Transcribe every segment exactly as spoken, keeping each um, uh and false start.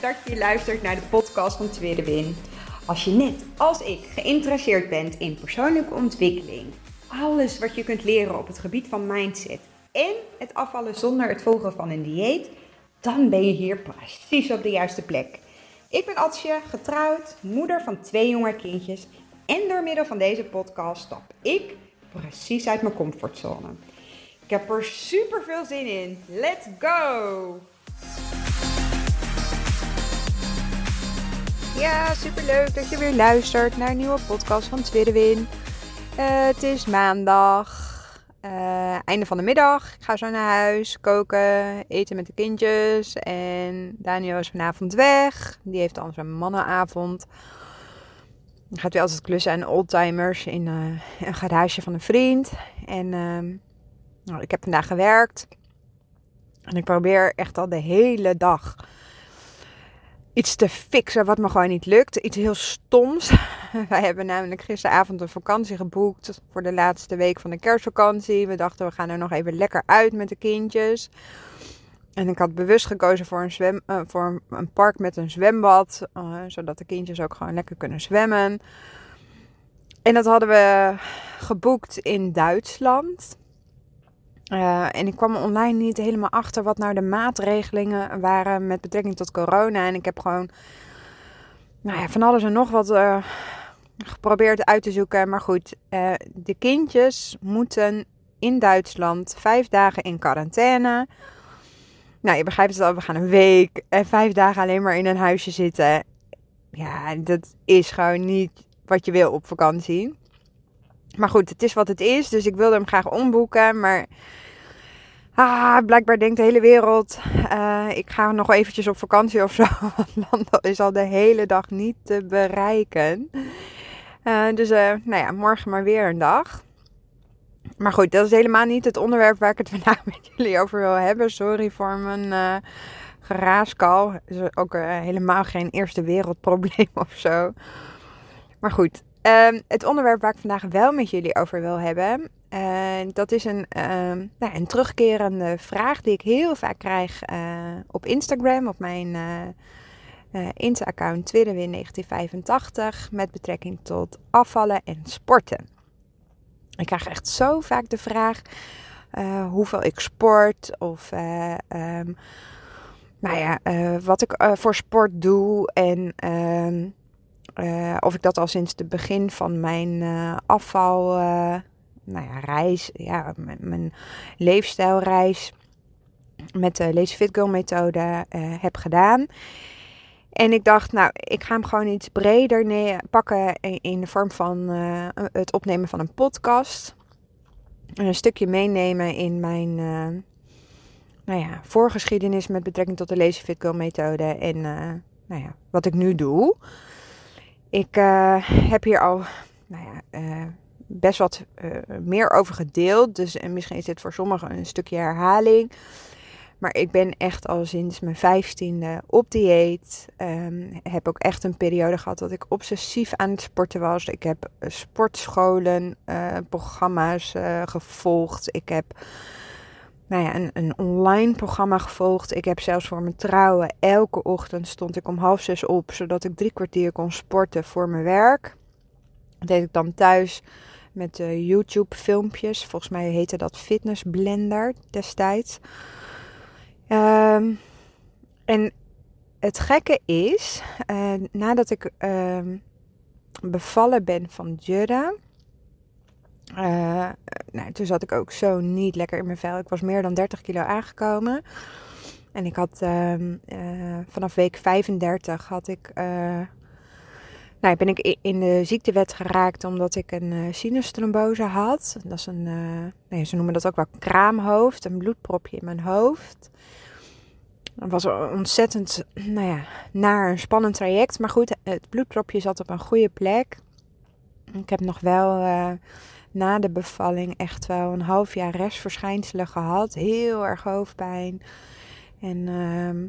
dat je luistert naar de podcast van Tweede Win. Als je net als ik geïnteresseerd bent in persoonlijke ontwikkeling, alles wat je kunt leren op het gebied van mindset en het afvallen zonder het volgen van een dieet, dan ben je hier precies op de juiste plek. Ik ben Atsje, getrouwd, moeder van twee jonge kindjes en door middel van deze podcast stap ik precies uit mijn comfortzone. Ik heb er super veel zin in. Let's go! Ja, superleuk dat je weer luistert naar een nieuwe podcast van Tweede Win. Uh, het is maandag, uh, einde van de middag. Ik ga zo naar huis, koken, eten met de kindjes. En Daniel is vanavond weg. Die heeft dan zijn mannenavond. Dan gaat weer altijd klussen aan oldtimers in uh, een garage van een vriend. En uh, nou, ik heb vandaag gewerkt. En ik probeer echt al de hele dag iets te fixen wat me gewoon niet lukt. Iets heel stoms. Wij hebben namelijk gisteravond een vakantie geboekt voor de laatste week van de kerstvakantie. We dachten we gaan er nog even lekker uit met de kindjes. En ik had bewust gekozen voor een, zwem, uh, voor een park met een zwembad. Uh, zodat de kindjes ook gewoon lekker kunnen zwemmen. En dat hadden we geboekt in Duitsland. Uh, en ik kwam online niet helemaal achter wat nou de maatregelingen waren met betrekking tot corona. En ik heb gewoon nou ja, van alles en nog wat uh, geprobeerd uit te zoeken. Maar goed, uh, de kindjes moeten in Duitsland vijf dagen in quarantaine. Nou, je begrijpt het al, we gaan een week en vijf dagen alleen maar in een huisje zitten. Ja, dat is gewoon niet wat je wil op vakantie. Maar goed, het is wat het is. Dus ik wilde hem graag omboeken. Maar ah, blijkbaar denkt de hele wereld, uh, ik ga nog eventjes op vakantie of zo. Want Lando is al de hele dag niet te bereiken. Uh, dus uh, nou ja, morgen maar weer een dag. Maar goed, dat is helemaal niet het onderwerp waar ik het vandaag met jullie over wil hebben. Sorry voor mijn uh, geraaskal. Het is ook uh, helemaal geen eerste wereldprobleem of zo. Maar goed. Um, het onderwerp waar ik vandaag wel met jullie over wil hebben, uh, dat is een, uh, nou, een terugkerende vraag die ik heel vaak krijg uh, op Instagram, op mijn uh, uh, Insta-account Tweedewin negentien vijfentachtig met betrekking tot afvallen en sporten. Ik krijg echt zo vaak de vraag uh, hoeveel ik sport of uh, um, nou ja, uh, wat ik uh, voor sport doe en Uh, Uh, of ik dat al sinds het begin van mijn uh, afval, uh, nou ja, reis, ja, mijn, mijn leefstijlreis met de Lazy Fit Girl methode uh, heb gedaan. En ik dacht, nou, ik ga hem gewoon iets breder nee, pakken in de vorm van uh, het opnemen van een podcast. En een stukje meenemen in mijn uh, nou ja, voorgeschiedenis met betrekking tot de Lazy Fit Girl methode en uh, nou ja, wat ik nu doe. Ik uh, heb hier al nou ja, uh, best wat uh, meer over gedeeld. Dus uh, misschien is dit voor sommigen een stukje herhaling. Maar ik ben echt al sinds mijn vijftiende op dieet. Um, heb ook echt een periode gehad dat ik obsessief aan het sporten was. Ik heb uh, sportscholen, uh, programma's uh, gevolgd. Ik heb nou ja, een, een online programma gevolgd. Ik heb zelfs voor mijn trouwen elke ochtend stond ik om half zes op, zodat ik drie kwartier kon sporten voor mijn werk. Dat deed ik dan thuis met uh, YouTube filmpjes. Volgens mij heette dat Fitness Blender destijds. Um, en het gekke is, uh, nadat ik uh, bevallen ben van Jurra, Uh, nou, toen zat ik ook zo niet lekker in mijn vel. Ik was meer dan dertig kilo aangekomen. En ik had uh, uh, vanaf week vijfendertig had ik, uh, nou, ben ik in de ziektewet geraakt omdat ik een uh, sinustrombose had. Dat is een, uh, nee, ze noemen dat ook wel kraamhoofd, een bloedpropje in mijn hoofd. Dat was ontzettend, nou ja, naar een spannend traject. Maar goed, het bloedpropje zat op een goede plek. Ik heb nog wel Uh, na de bevalling echt wel een half jaar restverschijnselen gehad. Heel erg hoofdpijn. En uh,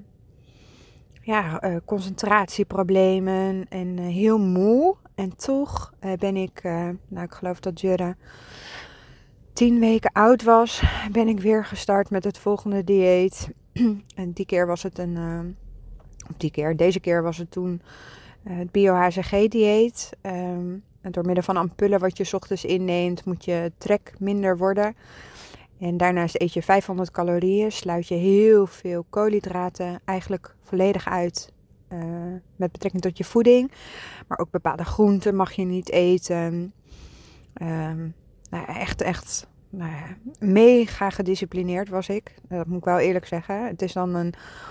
ja, uh, concentratieproblemen. En uh, heel moe. En toch uh, ben ik, uh, nou ik geloof dat Jurre tien weken oud was, ben ik weer gestart met het volgende dieet. En die keer was het een uh, Of die keer. Deze keer was het toen uh, het bio-H C G-dieet. Um, door middel van ampullen wat je 's ochtends inneemt, moet je trek minder worden. En daarnaast eet je vijfhonderd calorieën, sluit je heel veel koolhydraten eigenlijk volledig uit uh, met betrekking tot je voeding. Maar ook bepaalde groenten mag je niet eten. Um, nou, echt, echt nou ja, mega gedisciplineerd was ik. Dat moet ik wel eerlijk zeggen. Het is dan een...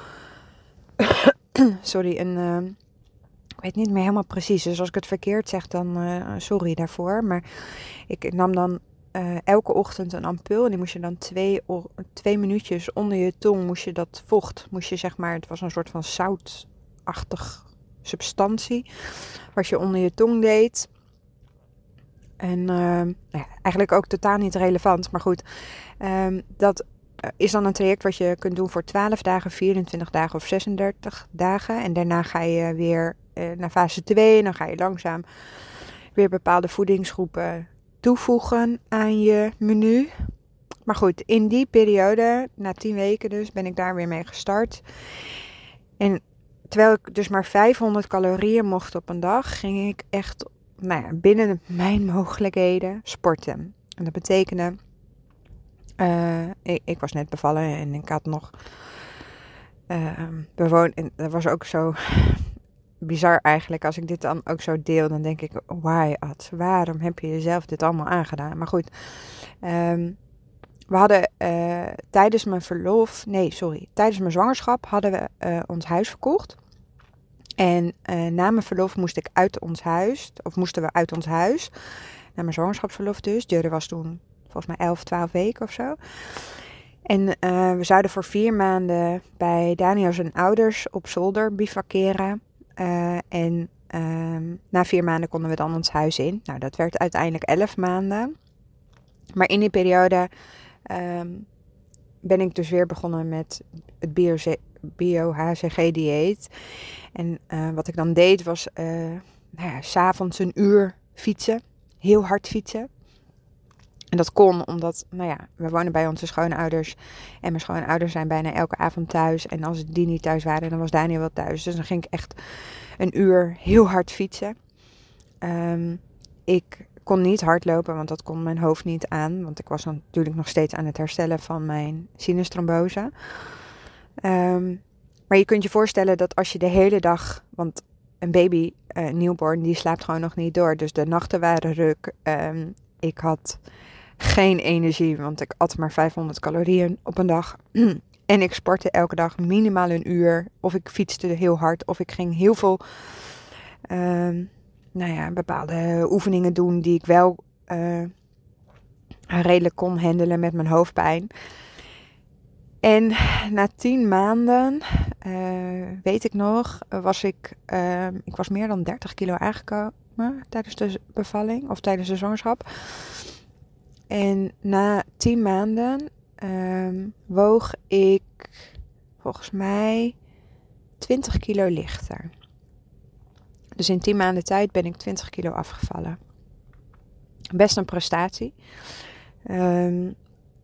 sorry, een... Uh, ik weet niet meer helemaal precies. Dus als ik het verkeerd zeg, dan uh, sorry daarvoor. Maar ik nam dan uh, elke ochtend een ampul. En die moest je dan twee, twee minuutjes onder je tong, moest je dat vocht, moest je zeg maar, het was een soort van zoutachtig substantie, wat je onder je tong deed. En uh, nou ja, eigenlijk ook totaal niet relevant. Maar goed, um, dat is dan een traject wat je kunt doen voor twaalf dagen, vierentwintig dagen of zesendertig dagen. En daarna ga je weer uh, naar fase twee. En dan ga je langzaam weer bepaalde voedingsgroepen toevoegen aan je menu. Maar goed, in die periode, na tien weken dus, ben ik daar weer mee gestart. En terwijl ik dus maar vijfhonderd calorieën mocht op een dag, ging ik echt nou ja, binnen mijn mogelijkheden sporten. En dat betekende, uh, ik, ik was net bevallen en ik had nog uh, bewoond. En dat was ook zo bizar eigenlijk. Als ik dit dan ook zo deel, dan denk ik, why Ad, waarom heb je jezelf dit allemaal aangedaan? Maar goed, um, we hadden uh, tijdens mijn verlof, nee sorry, tijdens mijn zwangerschap hadden we uh, ons huis verkocht. En uh, na mijn verlof moest ik uit ons huis, of moesten we uit ons huis, na mijn zwangerschapsverlof dus. Jurre was toen volgens mij elf, twaalf weken of zo. En uh, we zouden voor vier maanden bij Daniel zijn ouders op zolder bivakeren. Uh, en uh, na vier maanden konden we dan ons huis in. Nou, dat werd uiteindelijk elf maanden. Maar in die periode um, ben ik dus weer begonnen met het bio-H C G-dieet. En uh, wat ik dan deed was uh, nou ja, 's avonds een uur fietsen. Heel hard fietsen. En dat kon omdat, nou ja, we wonen bij onze schoonouders. En mijn schoonouders zijn bijna elke avond thuis. En als die niet thuis waren, dan was Daniel wel thuis. Dus dan ging ik echt een uur heel hard fietsen. Um, ik kon niet hardlopen, want dat kon mijn hoofd niet aan. Want ik was natuurlijk nog steeds aan het herstellen van mijn sinustrombose. Um, maar je kunt je voorstellen dat als je de hele dag, want een baby, uh, newborn, die slaapt gewoon nog niet door. Dus de nachten waren ruk. Um, ik had geen energie, want ik at maar vijfhonderd calorieën op een dag. En ik sportte elke dag minimaal een uur. Of ik fietste heel hard, of ik ging heel veel um, nou ja, bepaalde oefeningen doen die ik wel uh, redelijk kon handelen met mijn hoofdpijn. En na tien maanden, uh, weet ik nog, was ik, uh, ik was meer dan dertig kilo aangekomen tijdens de bevalling of tijdens de zwangerschap. En na tien maanden um, woog ik volgens mij twintig kilo lichter. Dus in tien maanden tijd ben ik twintig kilo afgevallen. Best een prestatie. Um,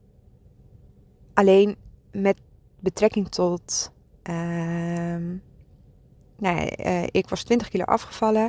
alleen met betrekking tot... Um, nou ja, uh, ik was twintig kilo afgevallen.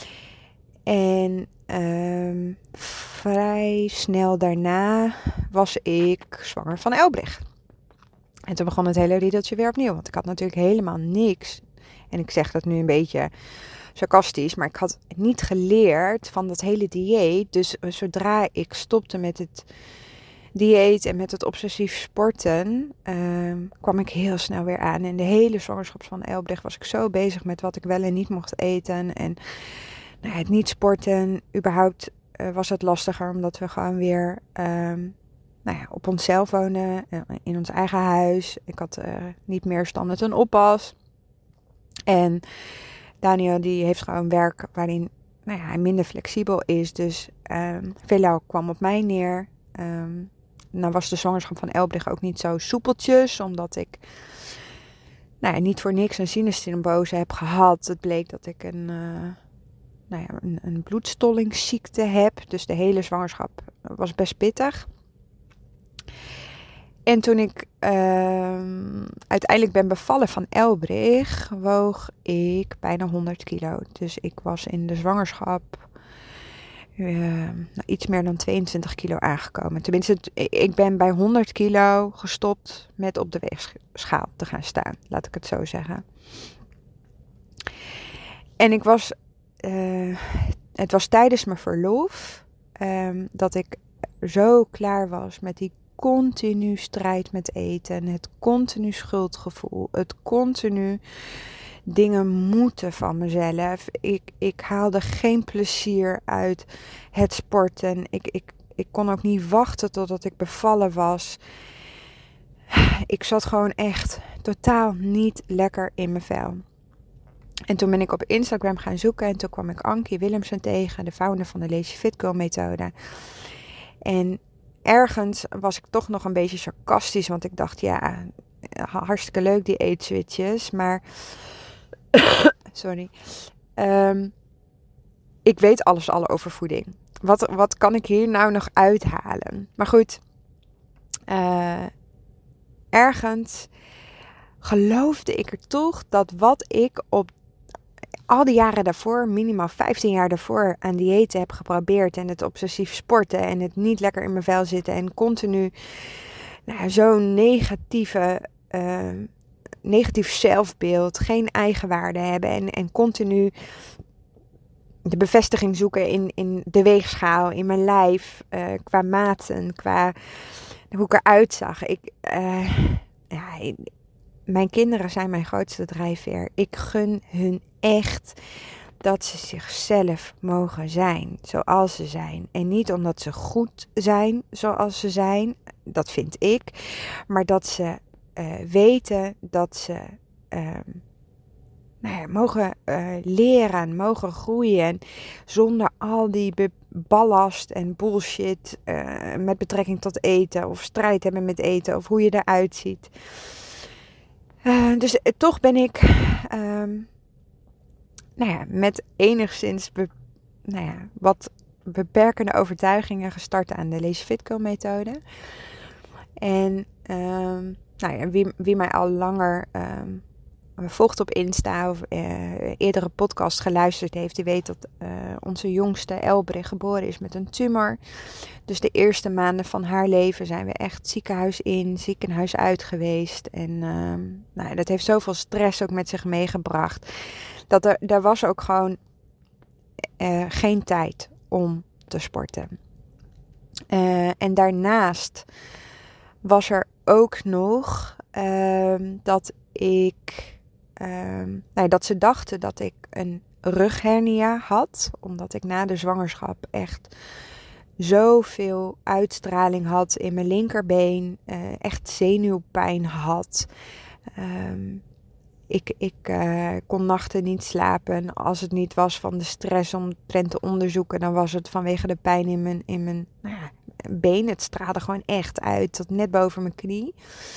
En um, vrij snel daarna was ik zwanger van Elbrig. En toen begon het hele riedeltje weer opnieuw. Want ik had natuurlijk helemaal niks. En ik zeg dat nu een beetje sarcastisch. Maar ik had niet geleerd van dat hele dieet. Dus zodra ik stopte met het dieet en met het obsessief sporten, um, kwam ik heel snel weer aan. En de hele zwangerschap van Elbrig was ik zo bezig met wat ik wel en niet mocht eten. En nou, het niet sporten, überhaupt uh, was het lastiger. Omdat we gewoon weer um, nou ja, op onszelf wonen. Uh, in ons eigen huis. Ik had uh, niet meer standaard een oppas. En Daniel die heeft gewoon werk waarin nou ja, hij minder flexibel is. Dus um, veelal kwam op mij neer. Um, nou was de zwangerschap van Elbrig ook niet zo soepeltjes. Omdat ik nou ja, niet voor niks een sinustrombose heb gehad. Het bleek dat ik een, uh, nou ja, een, een bloedstollingsziekte heb. Dus de hele zwangerschap was best pittig. En toen ik uh, uiteindelijk ben bevallen van Elbrich, woog ik bijna honderd kilo. Dus ik was in de zwangerschap uh, nou, iets meer dan tweeëntwintig kilo aangekomen. Tenminste, ik ben bij honderd kilo gestopt met op de weegschaal te gaan staan. Laat ik het zo zeggen. En ik was, uh, het was tijdens mijn verlof um, dat ik zo klaar was met die continu strijd met eten. Het continu schuldgevoel. Het continu dingen moeten van mezelf. Ik, ik haalde geen plezier uit het sporten. Ik, ik, ik kon ook niet wachten totdat ik bevallen was. Ik zat gewoon echt totaal niet lekker in mijn vel. En toen ben ik op Instagram gaan zoeken. En toen kwam ik Ankie Willemsen tegen. De founder van de Lazy Fit Girl methode. En ergens was ik toch nog een beetje sarcastisch. Want ik dacht, ja, hartstikke leuk die eetswitches. Maar, sorry. Um, ik weet alles al over voeding. Wat, wat kan ik hier nou nog uithalen? Maar goed. Uh, ergens geloofde ik er toch dat wat ik op al die jaren daarvoor, minimaal vijftien jaar daarvoor, aan diëten heb geprobeerd. En het obsessief sporten en het niet lekker in mijn vel zitten. En continu nou, zo'n negatieve, uh, negatief zelfbeeld, geen eigenwaarde hebben. En, en continu de bevestiging zoeken in, in de weegschaal, in mijn lijf, uh, qua maten, qua hoe ik eruit zag. Ik, uh, ja, ik, Mijn kinderen zijn mijn grootste drijfveer. Ik gun hun echt dat ze zichzelf mogen zijn zoals ze zijn. En niet omdat ze goed zijn zoals ze zijn, dat vind ik. Maar dat ze uh, weten dat ze uh, nou ja, mogen uh, leren, mogen groeien. Zonder al die be- ballast en bullshit uh, met betrekking tot eten. Of strijd hebben met eten. Of hoe je eruit ziet. Uh, dus uh, toch ben ik um, nou ja, met enigszins be, nou ja, wat beperkende overtuigingen gestart aan de Lazy Fit Girl methode. En um, nou ja, wie, wie mij al langer um, volgt op Insta of uh, eerdere podcast geluisterd heeft, die weet dat uh, onze jongste Elbrich geboren is met een tumor. Dus de eerste maanden van haar leven zijn we echt ziekenhuis in, ziekenhuis uit geweest. En uh, nou, dat heeft zoveel stress ook met zich meegebracht. Dat er, er was ook gewoon uh, geen tijd om te sporten. Uh, en daarnaast was er ook nog uh, dat ik... Um, nou, dat ze dachten dat ik een rughernia had. Omdat ik na de zwangerschap echt zoveel uitstraling had in mijn linkerbeen. Uh, echt zenuwpijn had. Um, ik ik uh, kon nachten niet slapen. Als het niet was van de stress omtrent te onderzoeken, dan was het vanwege de pijn in mijn, in mijn nou ja, been. Het straalde gewoon echt uit tot net boven mijn knie.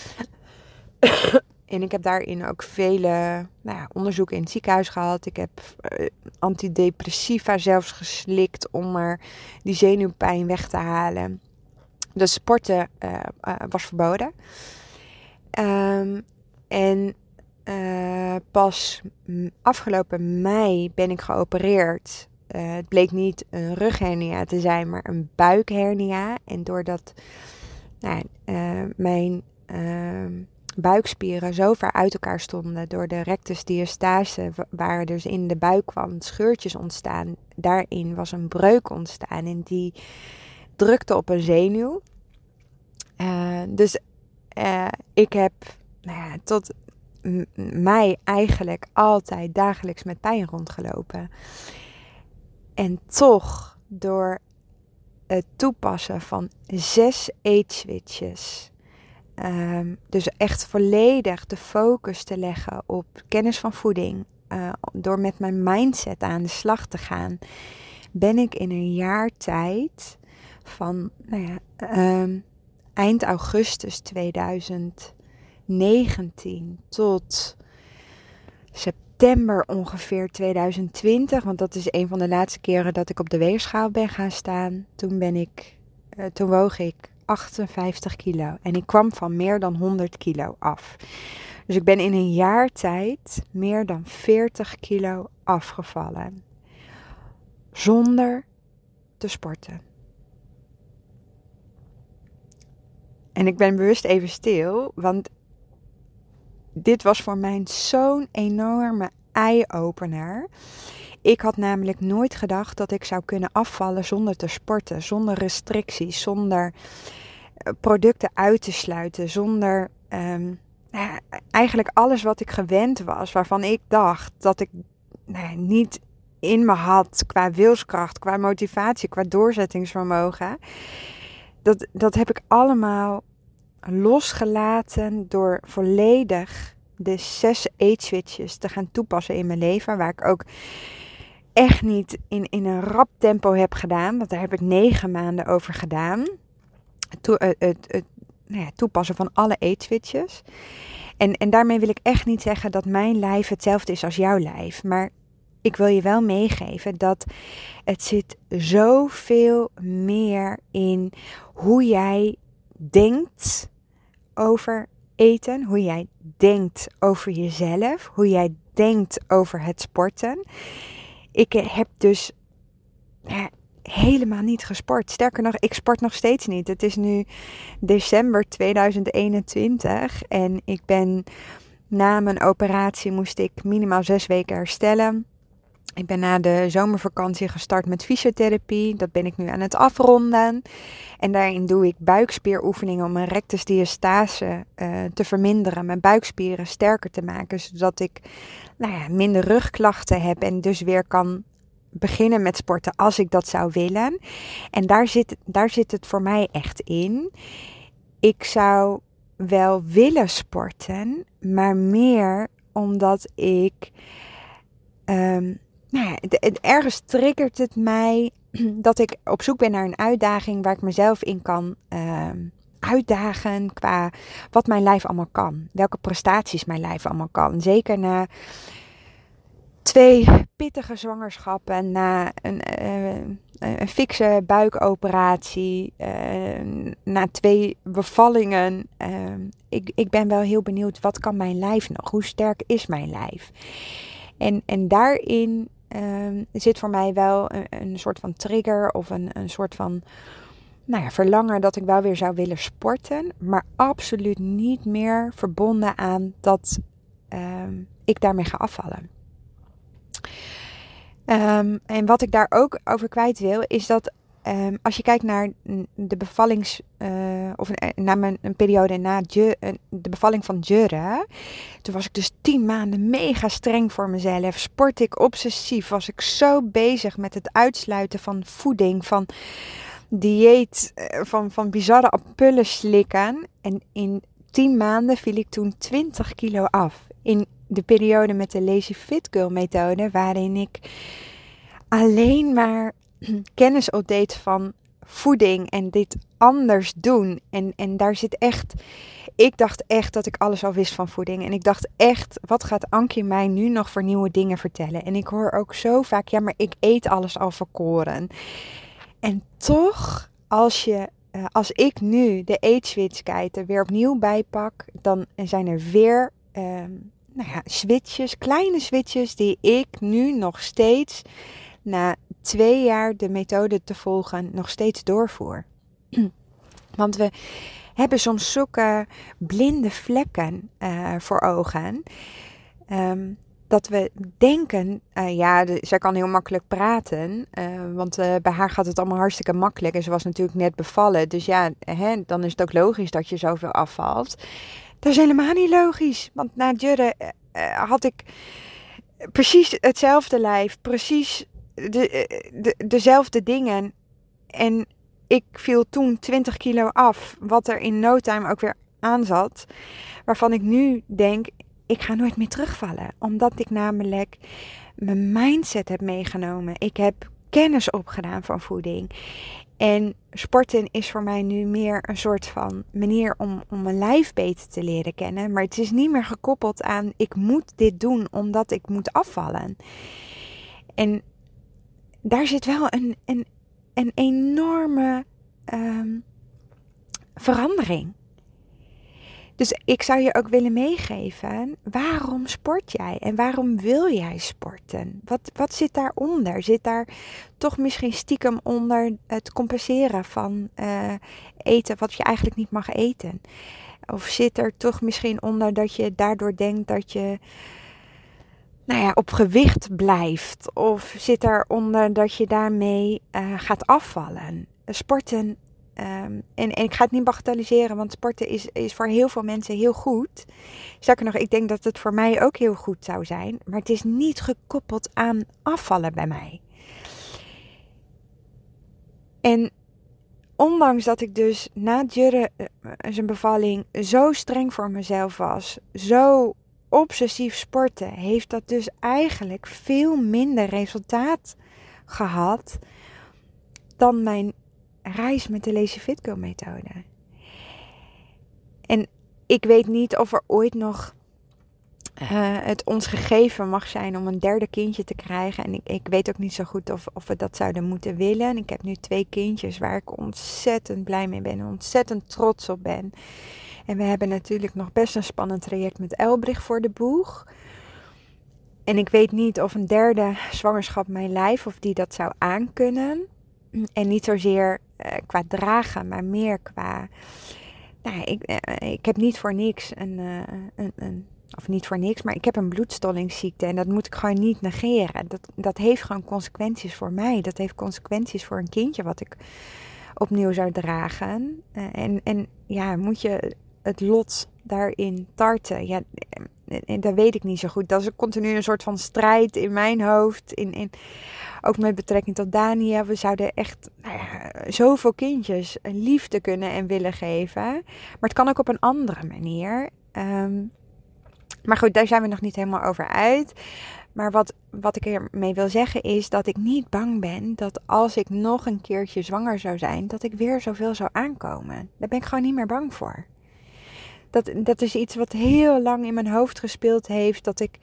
En ik heb daarin ook vele nou ja, onderzoeken in het ziekenhuis gehad. Ik heb uh, antidepressiva zelfs geslikt om er die zenuwpijn weg te halen. Dus sporten uh, uh, was verboden. Um, en uh, pas afgelopen mei ben ik geopereerd. Uh, het bleek niet een rughernia te zijn, maar een buikhernia. En doordat nou, uh, mijn... Uh, buikspieren zo ver uit elkaar stonden door de rectus diastase, waar dus in de buik kwam scheurtjes ontstaan. Daarin was een breuk ontstaan en die drukte op een zenuw. Uh, dus uh, ik heb nou ja, tot m- mei eigenlijk altijd dagelijks met pijn rondgelopen. En toch door het toepassen van zes eetswitches. Um, dus echt volledig de focus te leggen op kennis van voeding. Uh, door met mijn mindset aan de slag te gaan. Ben ik in een jaar tijd van nou ja, um, eind augustus tweeduizend negentien tot september ongeveer tweeduizend twintig. Want dat is een van de laatste keren dat ik op de weegschaal ben gaan staan. Toen ben ik, uh, toen woog ik honderdachtenvijftig kilo. En ik kwam van meer dan honderd kilo af. Dus ik ben in een jaar tijd meer dan veertig kilo afgevallen. Zonder te sporten. En ik ben bewust even stil, want dit was voor mij zo'n enorme eye-opener. Ik had namelijk nooit gedacht dat ik zou kunnen afvallen zonder te sporten, zonder restricties, zonder producten uit te sluiten, zonder um, nou ja, eigenlijk alles wat ik gewend was, waarvan ik dacht dat ik nou ja, niet in me had qua wilskracht, qua motivatie, qua doorzettingsvermogen. Dat, dat heb ik allemaal losgelaten door volledig de zes eetswitches te gaan toepassen in mijn leven. Waar ik ook echt niet in, in een rap tempo heb gedaan. Want daar heb ik negen maanden over gedaan. To, het, het, het nou ja, toepassen van alle eetswitches. En, en daarmee wil ik echt niet zeggen dat mijn lijf hetzelfde is als jouw lijf. Maar ik wil je wel meegeven dat het zit zoveel meer in hoe jij denkt over eten, hoe jij denkt over jezelf, hoe jij denkt over het sporten. Ik heb dus ja, helemaal niet gesport. Sterker nog, ik sport nog steeds niet. Het is nu december tweeduizend eenentwintig en ik ben na mijn operatie moest ik minimaal zes weken herstellen. Ik ben na de zomervakantie gestart met fysiotherapie. Dat ben ik nu aan het afronden. En daarin doe ik buikspieroefeningen om mijn rectus diastase uh, te verminderen. Mijn buikspieren sterker te maken. Zodat ik nou ja, minder rugklachten heb. En dus weer kan beginnen met sporten als ik dat zou willen. En daar zit, daar zit het voor mij echt in. Ik zou wel willen sporten. Maar meer omdat ik... Um, Nou ja, het, het, ergens triggert het mij dat ik op zoek ben naar een uitdaging waar ik mezelf in kan uh, uitdagen qua wat mijn lijf allemaal kan. Welke prestaties mijn lijf allemaal kan. Zeker na twee pittige zwangerschappen, na een, uh, een fikse buikoperatie, uh, na twee bevallingen. Uh, ik, ik ben wel heel benieuwd, wat kan mijn lijf nog? Hoe sterk is mijn lijf? En, en daarin um, zit voor mij wel een, een soort van trigger of een, een soort van nou ja, verlangen dat ik wel weer zou willen sporten. Maar absoluut niet meer verbonden aan dat um, ik daarmee ga afvallen. Um, en wat ik daar ook over kwijt wil is dat um, als je kijkt naar de bevallings... Uh, of na mijn een periode na Dje, uh, de bevalling van Jurre. Toen was ik dus tien maanden mega streng voor mezelf. Sport ik obsessief. Was ik zo bezig met het uitsluiten van voeding. Van dieet. Uh, van, van bizarre ampullen slikken. En in tien maanden viel ik toen twintig kilo af. In de periode met de Lazy Fit Girl methode. Waarin ik alleen maar kennis opdeed van voeding en dit anders doen. En, en daar zit echt... Ik dacht echt dat ik alles al wist van voeding. En ik dacht echt, wat gaat Ankie mij nu nog voor nieuwe dingen vertellen? En ik hoor ook zo vaak, ja, maar ik eet alles al volkoren. En toch, als je... Uh, als ik nu de eetswitch er weer opnieuw bijpak, dan zijn er weer uh, nou ja, switches, kleine switches die ik nu nog steeds na twee jaar de methode te volgen nog steeds doorvoer. Want we hebben soms zulke blinde vlekken uh, voor ogen. Um, dat we denken, uh, ja, de, zij kan heel makkelijk praten. Uh, want uh, bij haar gaat het allemaal hartstikke makkelijk. En ze was natuurlijk net bevallen. Dus ja, hè, dan is het ook logisch dat je zoveel afvalt. Dat is helemaal niet logisch. Want na Jurre uh, had ik precies hetzelfde lijf. Precies de, de, dezelfde dingen. En ik viel toen twintig kilo af. Wat er in no time ook weer aan zat. Waarvan ik nu denk, ik ga nooit meer terugvallen. Omdat ik namelijk mijn mindset heb meegenomen. Ik heb kennis opgedaan van voeding. En sporten is voor mij nu meer een soort van manier om, om mijn lijf beter te leren kennen. Maar het is niet meer gekoppeld aan, ik moet dit doen omdat ik moet afvallen. En daar zit wel een, een, een enorme um, verandering. Dus ik zou je ook willen meegeven, waarom sport jij en waarom wil jij sporten? Wat, wat zit daaronder? Zit daar toch misschien stiekem onder het compenseren van uh, eten wat je eigenlijk niet mag eten? Of zit er toch misschien onder dat je daardoor denkt dat je nou ja, op gewicht blijft? Of zit eronder dat je daarmee uh, gaat afvallen? Sporten... Um, en, en ik ga het niet bagatelliseren, want sporten is, is voor heel veel mensen heel goed. Sterker nog, ik denk dat het voor mij ook heel goed zou zijn. Maar het is niet gekoppeld aan afvallen bij mij. En ondanks dat ik dus na Jurre uh, zijn bevalling zo streng voor mezelf was, zo obsessief sporten, heeft dat dus eigenlijk veel minder resultaat gehad dan mijn reis met de Lazy Fit Girl methode. En ik weet niet of er ooit nog uh, het ons gegeven mag zijn om een derde kindje te krijgen. En ik, ik weet ook niet zo goed of, of we dat zouden moeten willen. En ik heb nu twee kindjes waar ik ontzettend blij mee ben en ontzettend trots op ben. En we hebben natuurlijk nog best een spannend traject met Elbrich voor de boeg. En ik weet niet of een derde zwangerschap mijn lijf of die dat zou aankunnen. En niet zozeer uh, qua dragen, maar meer qua... Nou, ik, uh, ik heb niet voor niks een, uh, een, een... Of niet voor niks, maar ik heb een bloedstollingsziekte. En dat moet ik gewoon niet negeren. Dat, dat heeft gewoon consequenties voor mij. Dat heeft consequenties voor een kindje wat ik opnieuw zou dragen. Uh, en, en ja, moet je het lot daarin tarten? Ja, en dat weet ik niet zo goed. Dat is continu een soort van strijd in mijn hoofd. In, in, ook met betrekking tot Dania. We zouden echt nou ja, zoveel kindjes liefde kunnen en willen geven. Maar het kan ook op een andere manier. Um, maar goed, daar zijn we nog niet helemaal over uit. Maar wat, wat ik ermee wil zeggen is dat ik niet bang ben dat als ik nog een keertje zwanger zou zijn, dat ik weer zoveel zou aankomen. Daar ben ik gewoon niet meer bang voor. Dat, dat is iets wat heel lang in mijn hoofd gespeeld heeft. Dat ik,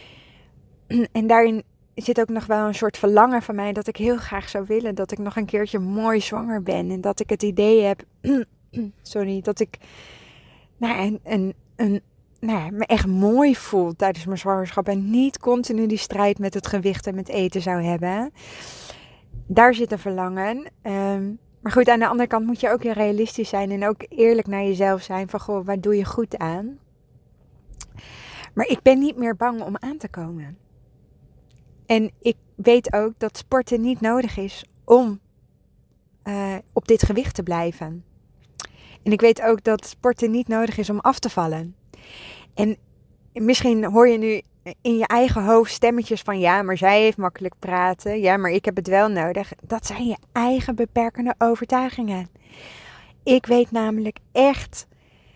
en daarin zit ook nog wel een soort verlangen van mij dat ik heel graag zou willen dat ik nog een keertje mooi zwanger ben. En dat ik het idee heb, sorry, dat ik nou, een, een, een, nou, me echt mooi voel tijdens mijn zwangerschap. En niet continu die strijd met het gewicht en met eten zou hebben. Daar zit een verlangen. Um, Maar goed, aan de andere kant moet je ook weer realistisch zijn en ook eerlijk naar jezelf zijn van, goh, waar doe je goed aan? Maar ik ben niet meer bang om aan te komen. En ik weet ook dat sporten niet nodig is om uh, op dit gewicht te blijven. En ik weet ook dat sporten niet nodig is om af te vallen. En misschien hoor je nu in je eigen hoofd stemmetjes van ja, maar zij heeft makkelijk praten. Ja, maar ik heb het wel nodig. Dat zijn je eigen beperkende overtuigingen. Ik weet namelijk echt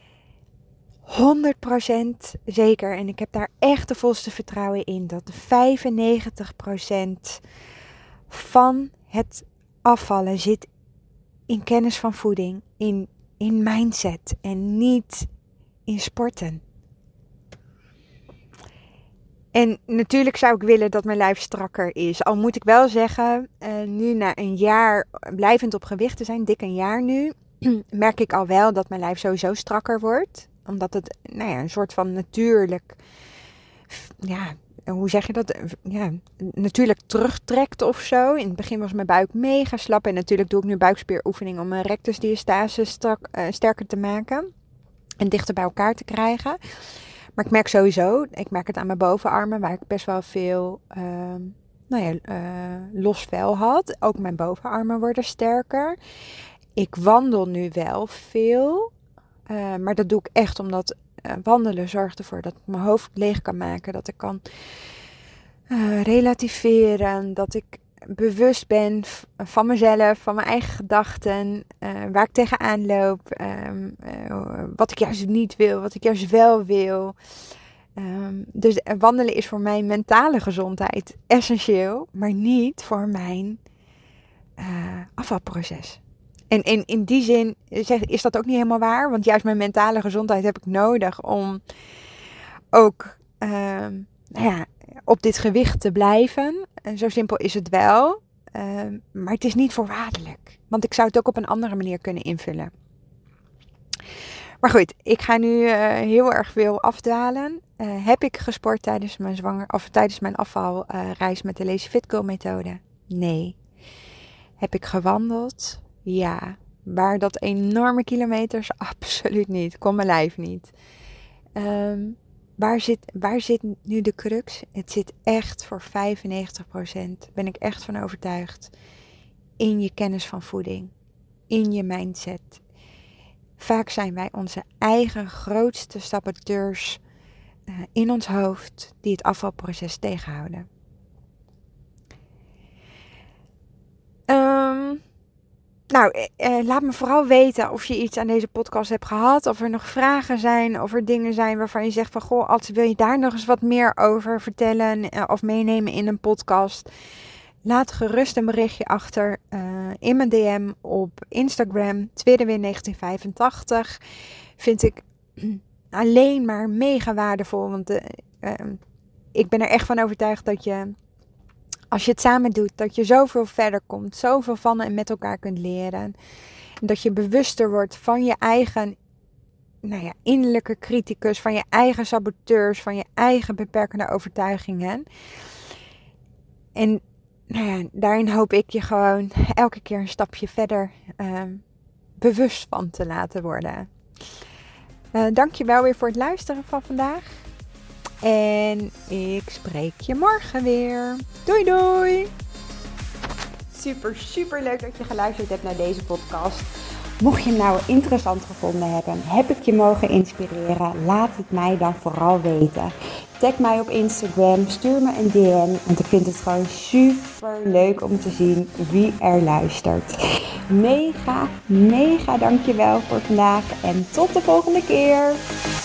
honderd procent zeker, en ik heb daar echt de volste vertrouwen in, dat vijfennegentig procent van het afvallen zit in kennis van voeding, in, in mindset en niet in sporten. En natuurlijk zou ik willen dat mijn lijf strakker is. Al moet ik wel zeggen, uh, nu na een jaar blijvend op gewicht te zijn, dik een jaar nu, merk ik al wel dat mijn lijf sowieso strakker wordt. Omdat het nou ja, een soort van natuurlijk, ja, hoe zeg je dat? Ja, natuurlijk terugtrekt of zo. In het begin was mijn buik mega slap. En natuurlijk doe ik nu buikspieroefening om mijn rectusdiastase strak, uh, sterker te maken. En dichter bij elkaar te krijgen. Maar ik merk sowieso, ik merk het aan mijn bovenarmen, waar ik best wel veel uh, nou ja, uh, los vel had. Ook mijn bovenarmen worden sterker. Ik wandel nu wel veel, uh, maar dat doe ik echt omdat uh, wandelen zorgt ervoor dat ik mijn hoofd leeg kan maken. Dat ik kan uh, relativeren, dat ik bewust ben van mezelf, van mijn eigen gedachten, uh, waar ik tegenaan loop, um, uh, wat ik juist niet wil, wat ik juist wel wil. Um, dus wandelen is voor mijn mentale gezondheid essentieel, maar niet voor mijn uh, afvalproces. En in, in die zin is dat ook niet helemaal waar, want juist mijn mentale gezondheid heb ik nodig om ook uh, nou ja, op dit gewicht te blijven. En zo simpel is het wel. Uh, maar het is niet voorwaardelijk. Want ik zou het ook op een andere manier kunnen invullen. Maar goed, ik ga nu uh, heel erg veel afdwalen. Uh, heb ik gesport tijdens mijn, zwanger, of tijdens mijn afvalreis uh, met de Lazy Fit Girl methode? Nee. Heb ik gewandeld? Ja. Maar dat enorme kilometers? Absoluut niet. Kon mijn lijf niet. Um, waar, zit, waar zit nu de crux? Het zit echt voor vijfennegentig procent. Ben ik echt van overtuigd. In je kennis van voeding. In je mindset. Vaak zijn wij onze eigen grootste saboteurs uh, in ons hoofd die het afvalproces tegenhouden. Um, nou, uh, laat me vooral weten of je iets aan deze podcast hebt gehad. Of er nog vragen zijn. Of er dingen zijn waarvan je zegt van... Goh, als wil je daar nog eens wat meer over vertellen uh, of meenemen in een podcast. Laat gerust een berichtje achter uh, in mijn D M op Instagram. Tweedewin negentien vijfentachtig. Vind ik alleen maar mega waardevol. Want uh, uh, ik ben er echt van overtuigd dat je... Als je het samen doet, dat je zoveel verder komt. Zoveel van en met elkaar kunt leren. En dat je bewuster wordt van je eigen nou ja, innerlijke criticus. Van je eigen saboteurs. Van je eigen beperkende overtuigingen. En nou ja, daarin hoop ik je gewoon elke keer een stapje verder uh, bewust van te laten worden. Uh, Dank je wel weer voor het luisteren van vandaag. En ik spreek je morgen weer. Doei doei! Super, super leuk dat je geluisterd hebt naar deze podcast. Mocht je hem nou interessant gevonden hebben, heb ik je mogen inspireren, laat het mij dan vooral weten. Tag mij op Instagram, stuur me een D M, want ik vind het gewoon super leuk om te zien wie er luistert. Mega, mega dankjewel voor vandaag en tot de volgende keer!